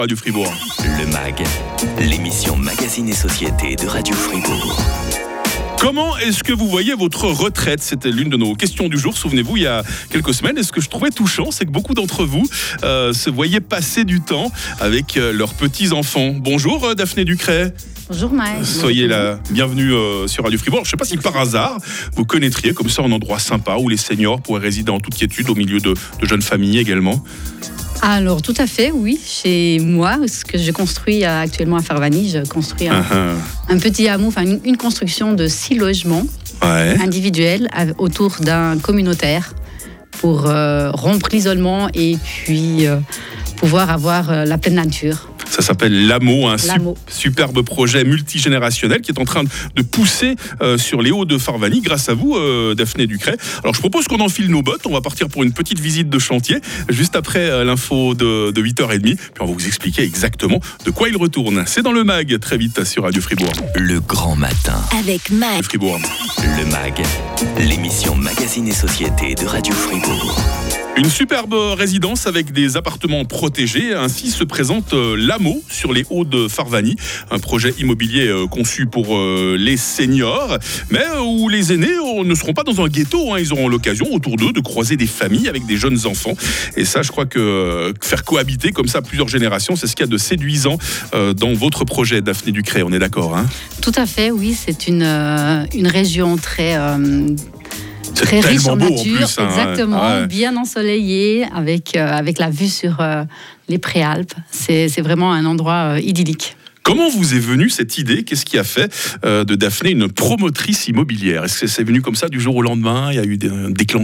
Radio Fribourg. Le MAG, l'émission Magazine et Société de Radio Fribourg. Comment est-ce que vous voyez votre retraite ? C'était l'une de nos questions du jour. Souvenez-vous, il y a quelques semaines, et ce que je trouvais touchant, c'est que beaucoup d'entre vous se voyaient passer du temps avec leurs petits-enfants. Bonjour Daphné Ducret. Bonjour Maëlle. Soyez la bienvenue sur Radio Fribourg. Je ne sais pas si par hasard, vous connaîtriez comme ça un endroit sympa où les seniors pourraient résider en toute quiétude au milieu de jeunes familles également. Alors tout à fait, oui. Chez moi, ce que je construis actuellement à Farvany, je construis un petit hameau, enfin une construction de 6 logements individuels autour d'un communautaire pour rompre l'isolement et puis pouvoir avoir la pleine nature. Ça s'appelle l'AMO, un superbe projet multigénérationnel qui est en train de pousser sur les hauts de Farvany grâce à vous, Daphné Ducret. Alors je propose qu'on enfile nos bottes, on va partir pour une petite visite de chantier, juste après l'info de 8h30, puis on va vous expliquer exactement de quoi il retourne. C'est dans le MAG, très vite sur Radio Fribourg. Le grand matin. Avec MAG. Fribourg. Le MAG, l'émission Magazine et Société de Radio Fribourg. Une superbe résidence avec des appartements protégés. Ainsi se présente l'AMO sur les hauts de Farvany. Un projet immobilier conçu pour les seniors, mais où les aînés ne seront pas dans un ghetto. Ils auront l'occasion autour d'eux de croiser des familles avec des jeunes enfants. Et ça, je crois que faire cohabiter comme ça plusieurs générations, c'est ce qu'il y a de séduisant dans votre projet, Daphné Ducret. On est d'accord, hein ? Tout à fait, oui. C'est une région très riche en nature, en plus, exactement, bien ensoleillée, avec la vue sur les Préalpes. C'est vraiment un endroit idyllique. Comment vous est venue cette idée ? Qu'est-ce qui a fait de Daphné une promotrice immobilière ? Est-ce que c'est venu comme ça du jour au lendemain ? Il y a eu des déclencheurs ?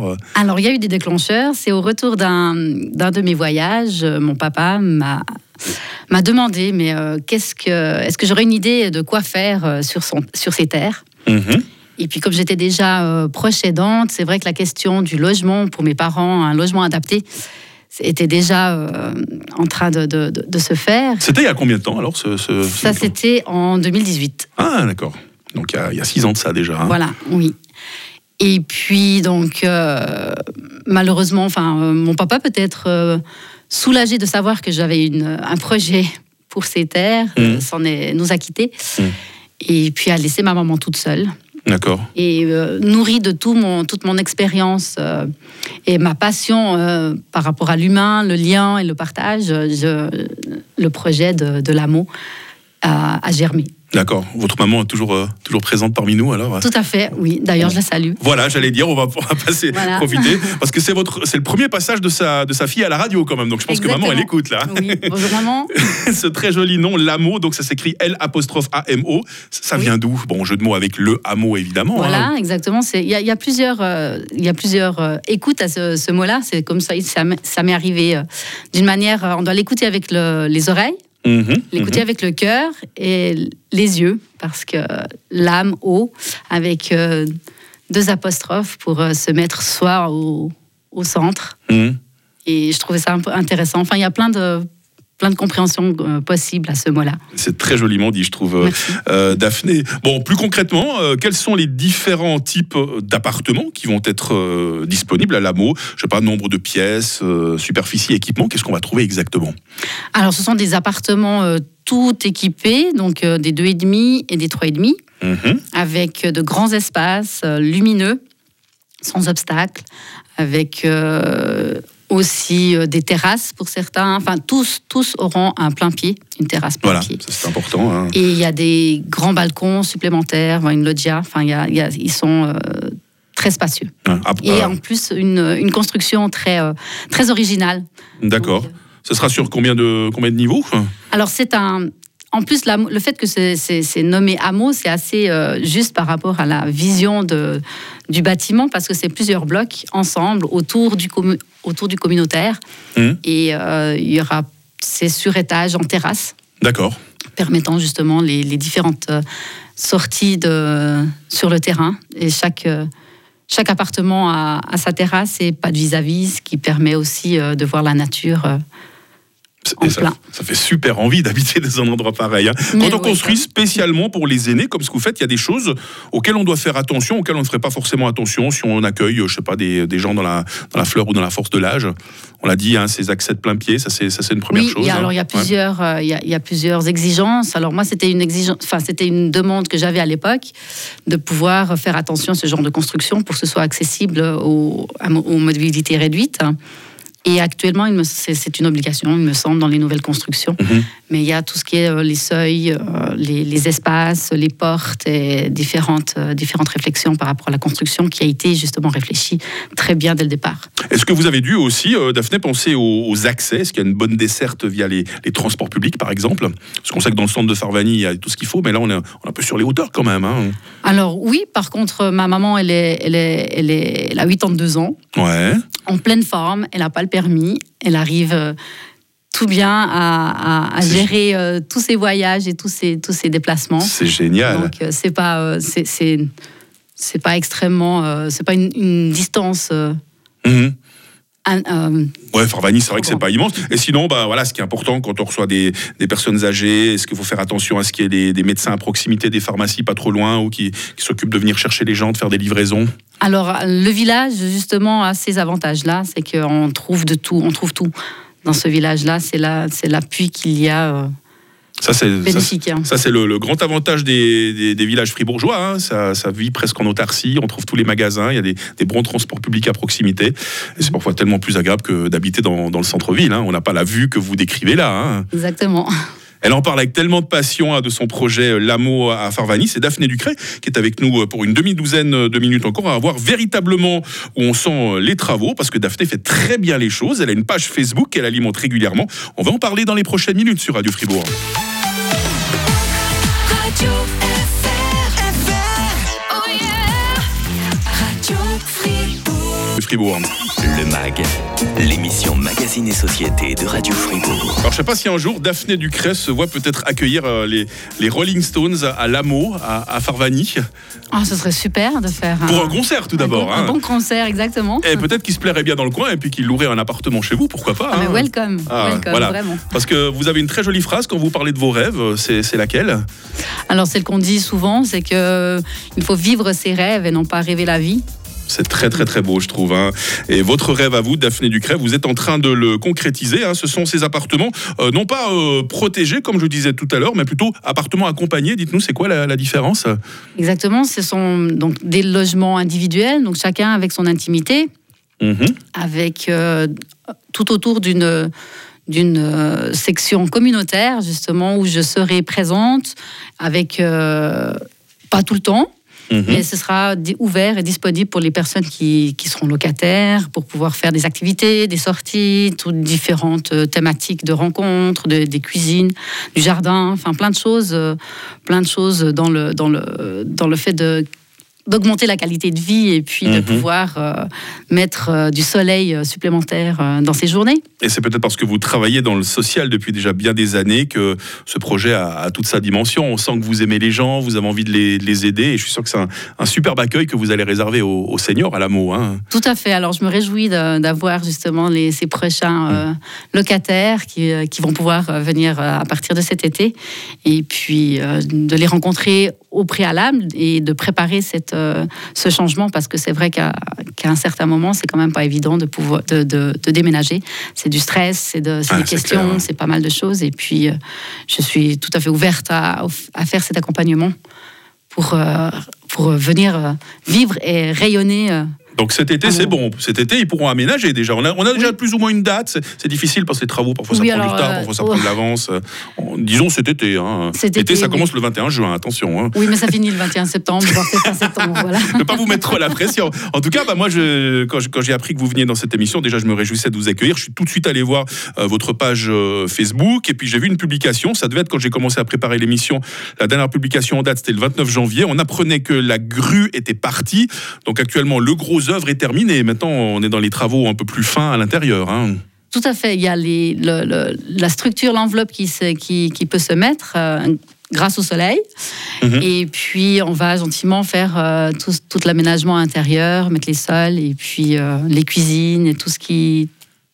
Alors, il y a eu des déclencheurs. C'est au retour d'un de mes voyages, mon papa m'a demandé, mais est-ce que j'aurais une idée de quoi faire sur ces terres ? Et puis, comme j'étais déjà proche aidante, c'est vrai que la question du logement pour mes parents, un logement adapté, était déjà en train de se faire. C'était il y a combien de temps alors Ça, c'était en 2018. Ah, d'accord. Donc, il y a 6 ans de ça déjà. Voilà, oui. Et puis, donc, malheureusement, mon papa peut être soulagé de savoir que j'avais un projet pour ces terres, nous a quittés. Et puis, a laissé ma maman toute seule. D'accord. Et nourri de toute mon expérience et ma passion par rapport à l'humain, le lien et le partage, le projet de l'AMO a germé. D'accord. Votre maman est toujours présente parmi nous alors ? Tout à fait, oui. D'ailleurs, je la salue. Voilà, j'allais dire, on va passer, profiter, parce que c'est le premier passage de sa fille à la radio quand même. Donc je pense que maman, elle écoute là. Oui, bonjour maman. Ce très joli nom, l'AMO, donc ça s'écrit L''AMO. Ça vient d'où ? Bon, jeu de mots avec le hameau évidemment. Voilà, exactement. Il y a plusieurs écoutes à ce mot-là. C'est comme ça m'est arrivé d'une manière. On doit l'écouter avec les oreilles. L'écouter avec le cœur et les yeux, parce que l'âme, avec 2 apostrophes pour se mettre soi au centre. Et je trouvais ça un peu intéressant. Enfin, il y a plein de compréhensions possibles à ce mot-là. C'est très joliment dit, je trouve, Daphné. Bon, plus concrètement, quels sont les différents types d'appartements qui vont être disponibles à l'AMO ? Je ne sais pas, nombre de pièces, superficie, équipement, qu'est-ce qu'on va trouver exactement ? Alors, ce sont des appartements tout équipés, donc des 2,5 et des 3,5, avec de grands espaces lumineux, sans obstacle, avec aussi des terrasses pour certains. Enfin, tous auront un plein pied, une terrasse plein pied. Voilà, ça c'est important. Et il y a des grands balcons supplémentaires, une loggia. Enfin, ils sont très spacieux. Et en plus, une construction très originale. D'accord. Donc, ce sera sur combien de niveaux ? Alors, en plus, le fait que c'est nommé hameau, c'est assez juste par rapport à la vision du bâtiment, parce que c'est plusieurs blocs ensemble autour du communautaire. Et il y aura ces surétages en terrasse. D'accord. Permettant justement les différentes sorties sur le terrain. Et chaque appartement a sa terrasse et pas de vis-à-vis, ce qui permet aussi de voir la nature Ça fait super envie d'habiter dans un endroit pareil. Quand on construit spécialement pour les aînés, comme ce que vous faites, il y a des choses auxquelles on doit faire attention, auxquelles on ne ferait pas forcément attention si on accueille, je sais pas, des gens dans la fleur ou dans la force de l'âge. On l'a dit, ces accès de plein pied, ça c'est une première chose. Alors il y a plusieurs exigences. Alors moi c'était une demande que j'avais à l'époque de pouvoir faire attention à ce genre de construction pour que ce soit accessible aux mobilités réduites. Et actuellement, c'est une obligation, il me semble, dans les nouvelles constructions. Mais il y a tout ce qui est les seuils, les espaces, les portes et différentes réflexions par rapport à la construction qui a été justement réfléchie très bien dès le départ. Est-ce que vous avez dû aussi, Daphné, penser aux accès ? Est-ce qu'il y a une bonne desserte via les transports publics, par exemple ? Parce qu'on sait que dans le centre de Farvagny, il y a tout ce qu'il faut, mais là, on est un peu sur les hauteurs quand même. Alors oui, par contre, ma maman, elle a 82 ans. Ouais. En pleine forme, elle n'a pas le permis, elle arrive tout bien à gérer tous ses voyages et tous ses déplacements. C'est génial. Donc c'est pas extrêmement, c'est pas une distance. Farvagny, c'est vrai que c'est pas immense. Et sinon, ce qui est important quand on reçoit des personnes âgées, est-ce qu'il faut faire attention à ce qu'il y ait des médecins à proximité, des pharmacies pas trop loin, ou qui s'occupent de venir chercher les gens, de faire des livraisons ? Alors, le village, justement, a ces avantages-là, c'est qu'on trouve de tout, on trouve tout. Dans ce village-là, c'est l'appui qu'il y a. Ça, c'est le grand avantage des villages fribourgeois. Ça vit presque en autarcie. On trouve tous les magasins. Il y a des bons transports publics à proximité. Et c'est parfois tellement plus agréable que d'habiter dans le centre-ville. On n'a pas la vue que vous décrivez là. Exactement. Elle en parle avec tellement de passion de son projet L'Amo à Farvagny. C'est Daphné Ducret qui est avec nous pour une demi-douzaine de minutes encore à voir véritablement où on sent les travaux, parce que Daphné fait très bien les choses. Elle a une page Facebook qu'elle alimente régulièrement. On va en parler dans les prochaines minutes sur Radio Fribourg. Radio FR. Oh yeah. Radio Fribourg. Le MAG, l'émission Magazine et Société de Radio Fribourg. Alors je sais pas si un jour Daphné Ducret se voit peut-être accueillir les Rolling Stones à L'Amo, à Farvagny. Ce serait super de faire pour un concert tout d'abord. Un bon concert, exactement. Et peut-être qu'il se plairait bien dans le coin et puis qu'il louerait un appartement chez vous, pourquoi pas. Mais welcome, voilà. Vraiment. Parce que vous avez une très jolie phrase quand vous parlez de vos rêves, c'est laquelle ? Alors celle qu'on dit souvent, c'est qu'il faut vivre ses rêves et non pas rêver la vie. C'est très très très beau, je trouve. Et votre rêve à vous, Daphné Ducret, vous êtes en train de le concrétiser. Ce sont ces appartements, non pas protégés, comme je disais tout à l'heure, mais plutôt appartements accompagnés. Dites-nous, c'est quoi la différence ? Exactement, ce sont donc des logements individuels, donc chacun avec son intimité, avec tout autour d'une section communautaire, justement, où je serai présente, avec pas tout le temps, mais ce sera ouvert et disponible pour les personnes qui seront locataires, pour pouvoir faire des activités, des sorties, toutes différentes thématiques de rencontres, des cuisines, du jardin, enfin plein de choses dans le fait d'augmenter la qualité de vie et puis de pouvoir mettre du soleil supplémentaire dans ces journées. Et c'est peut-être parce que vous travaillez dans le social depuis déjà bien des années que ce projet a toute sa dimension. On sent que vous aimez les gens, vous avez envie de les aider, et je suis sûr que c'est un superbe accueil que vous allez réserver aux seniors à L'Amo. Tout à fait. Alors je me réjouis d'avoir justement ces prochains locataires qui vont pouvoir venir à partir de cet été, et puis de les rencontrer au préalable et de préparer ce changement, parce que c'est vrai qu'à un certain moment, c'est quand même pas évident de déménager. C'est du stress, c'est des questions, clair. C'est pas mal de choses. Et puis, je suis tout à fait ouverte à faire cet accompagnement pour venir vivre et rayonner. Donc cet été, c'est bon. Cet été, ils pourront aménager déjà. On a déjà plus ou moins une date. C'est difficile parce que les travaux, parfois ça prend du retard, parfois ça prend de l'avance. Disons cet été. Cet été, ça commence le 21 juin, attention. Oui, mais ça finit le 21 septembre, voire fin septembre. Voilà. Je ne veux pas vous mettre trop la pression. En tout cas, moi, quand j'ai appris que vous veniez dans cette émission, déjà, je me réjouissais de vous accueillir. Je suis tout de suite allé voir votre page Facebook, et puis j'ai vu une publication. Ça devait être quand j'ai commencé à préparer l'émission. La dernière publication en date, c'était le 29 janvier. On apprenait que la grue était partie. Donc actuellement, le gros œuvre est terminée. Maintenant, on est dans les travaux un peu plus fins à l'intérieur. Tout à fait. Il y a la structure, l'enveloppe qui peut se mettre grâce au soleil. Et puis, on va gentiment faire tout l'aménagement intérieur, mettre les sols, et puis les cuisines, et tout ce qui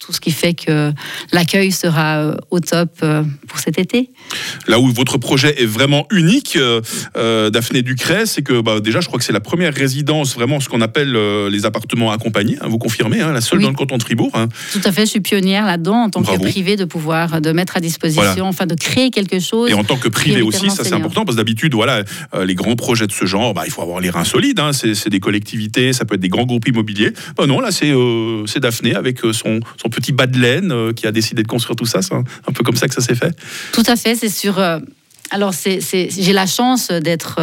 tout ce qui fait que l'accueil sera au top pour cet été. Là où votre projet est vraiment unique, Daphné Ducret, c'est que déjà, je crois que c'est la première résidence, vraiment ce qu'on appelle les appartements accompagnés. Vous confirmez, la seule dans le canton de Fribourg. Tout à fait, je suis pionnière là-dedans en tant Bravo. que privée de mettre à disposition, de créer quelque chose. Et en tant que privé aussi, ça c'est important parce que d'habitude, les grands projets de ce genre, il faut avoir les reins solides. C'est des collectivités, ça peut être des grands groupes immobiliers. Non, là c'est Daphné avec son petit bas de laine qui a décidé de construire tout ça. C'est un peu comme ça que ça s'est fait. Tout à fait, c'est sûr. Alors, j'ai la chance d'être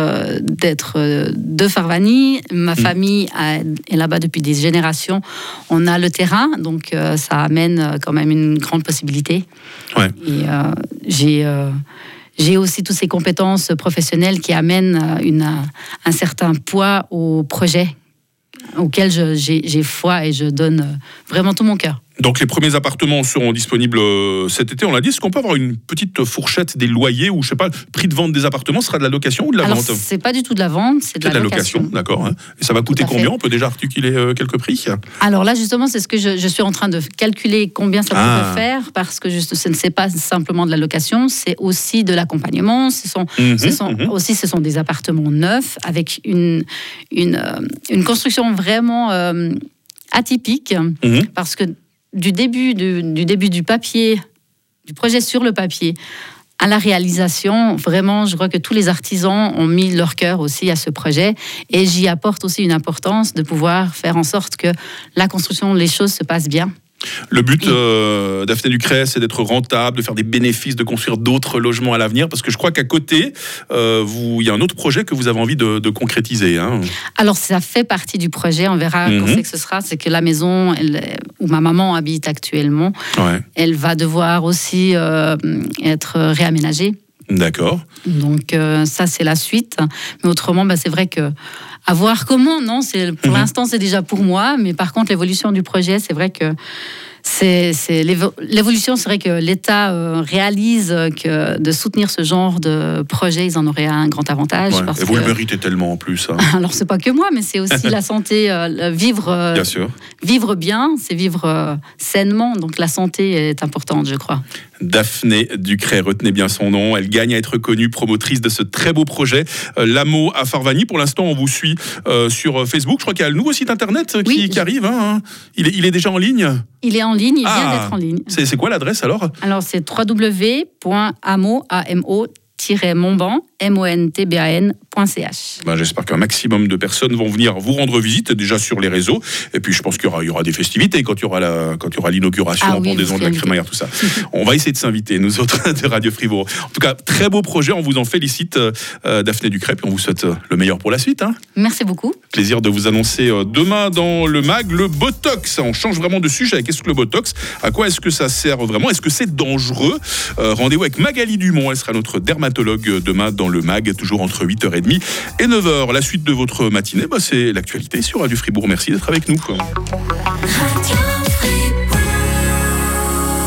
de Farvany. Ma famille est là-bas depuis des générations. On a le terrain, donc ça amène quand même une grande possibilité. Ouais. Et j'ai aussi toutes ces compétences professionnelles qui amènent un certain poids au projet auquel j'ai foi et je donne vraiment tout mon cœur. Donc les premiers appartements seront disponibles cet été, on l'a dit. Est-ce qu'on peut avoir une petite fourchette des loyers ou je sais pas, le prix de vente des appartements sera de la location ou de la vente ? Alors c'est pas du tout de la vente, c'est de la location. D'accord. Et ça va coûter combien ? On peut déjà articuler quelques prix ? Alors là justement c'est ce que je suis en train de calculer combien ça pourrait faire parce que ce n'est pas simplement de la location, c'est aussi de l'accompagnement. Ce sont des appartements neufs avec une construction vraiment atypique parce que du début du papier, du projet sur le papier, à la réalisation, vraiment, je crois que tous les artisans ont mis leur cœur aussi à ce projet et j'y apporte aussi une importance de pouvoir faire en sorte que la construction, les choses se passent bien. Le but, Daphné Ducret, c'est d'être rentable, de faire des bénéfices, de construire d'autres logements à l'avenir, parce que je crois qu'à côté, il y a un autre projet que vous avez envie de concrétiser. Alors, ça fait partie du projet, on verra quand c'est que ce sera. C'est que la maison où ma maman habite actuellement, elle va devoir aussi être réaménagée. D'accord. Donc, ça, c'est la suite. Mais autrement, c'est vrai que à voir comment, non, pour l'instant, c'est déjà pour moi. Mais par contre, l'évolution du projet, c'est vrai que l'évolution serait que l'État réalise que de soutenir ce genre de projet, ils en auraient un grand avantage. Ouais, et vous le méritez tellement en plus. Alors, c'est pas que moi, mais c'est aussi la santé, Bien sûr. Vivre bien, c'est vivre sainement. Donc, la santé est importante, je crois. Daphné Ducret, retenez bien son nom. Elle gagne à être connue, promotrice de ce très beau projet, l'AMO à Farvany. Pour l'instant, on vous suit sur Facebook. Je crois qu'il y a le nouveau site internet qui arrive. Il est déjà en ligne ? Il est en ligne, il vient d'être en ligne. C'est quoi l'adresse alors ? Alors, c'est www.amo.montban.ch. J'espère qu'un maximum de personnes vont venir vous rendre visite, déjà sur les réseaux. Et puis, je pense qu'il y aura des festivités quand il y aura l'inauguration en pendaison de la crémaillère, tout ça. On va essayer de s'inviter, nous autres de Radio Fribourg. En tout cas, très beau projet. On vous en félicite, Daphné Ducret. Puis on vous souhaite le meilleur pour la suite. Merci beaucoup. Plaisir de vous annoncer demain dans le MAG le Botox. On change vraiment de sujet. Qu'est-ce que le Botox ? À quoi est-ce que ça sert vraiment ? Est-ce que c'est dangereux ? Rendez-vous avec Magali Dumont. Elle sera notre dermatologue demain dans le MAG, toujours entre 8h30 et 9h. La suite de votre matinée, c'est l'actualité sur Radio Fribourg. Merci d'être avec nous. Radio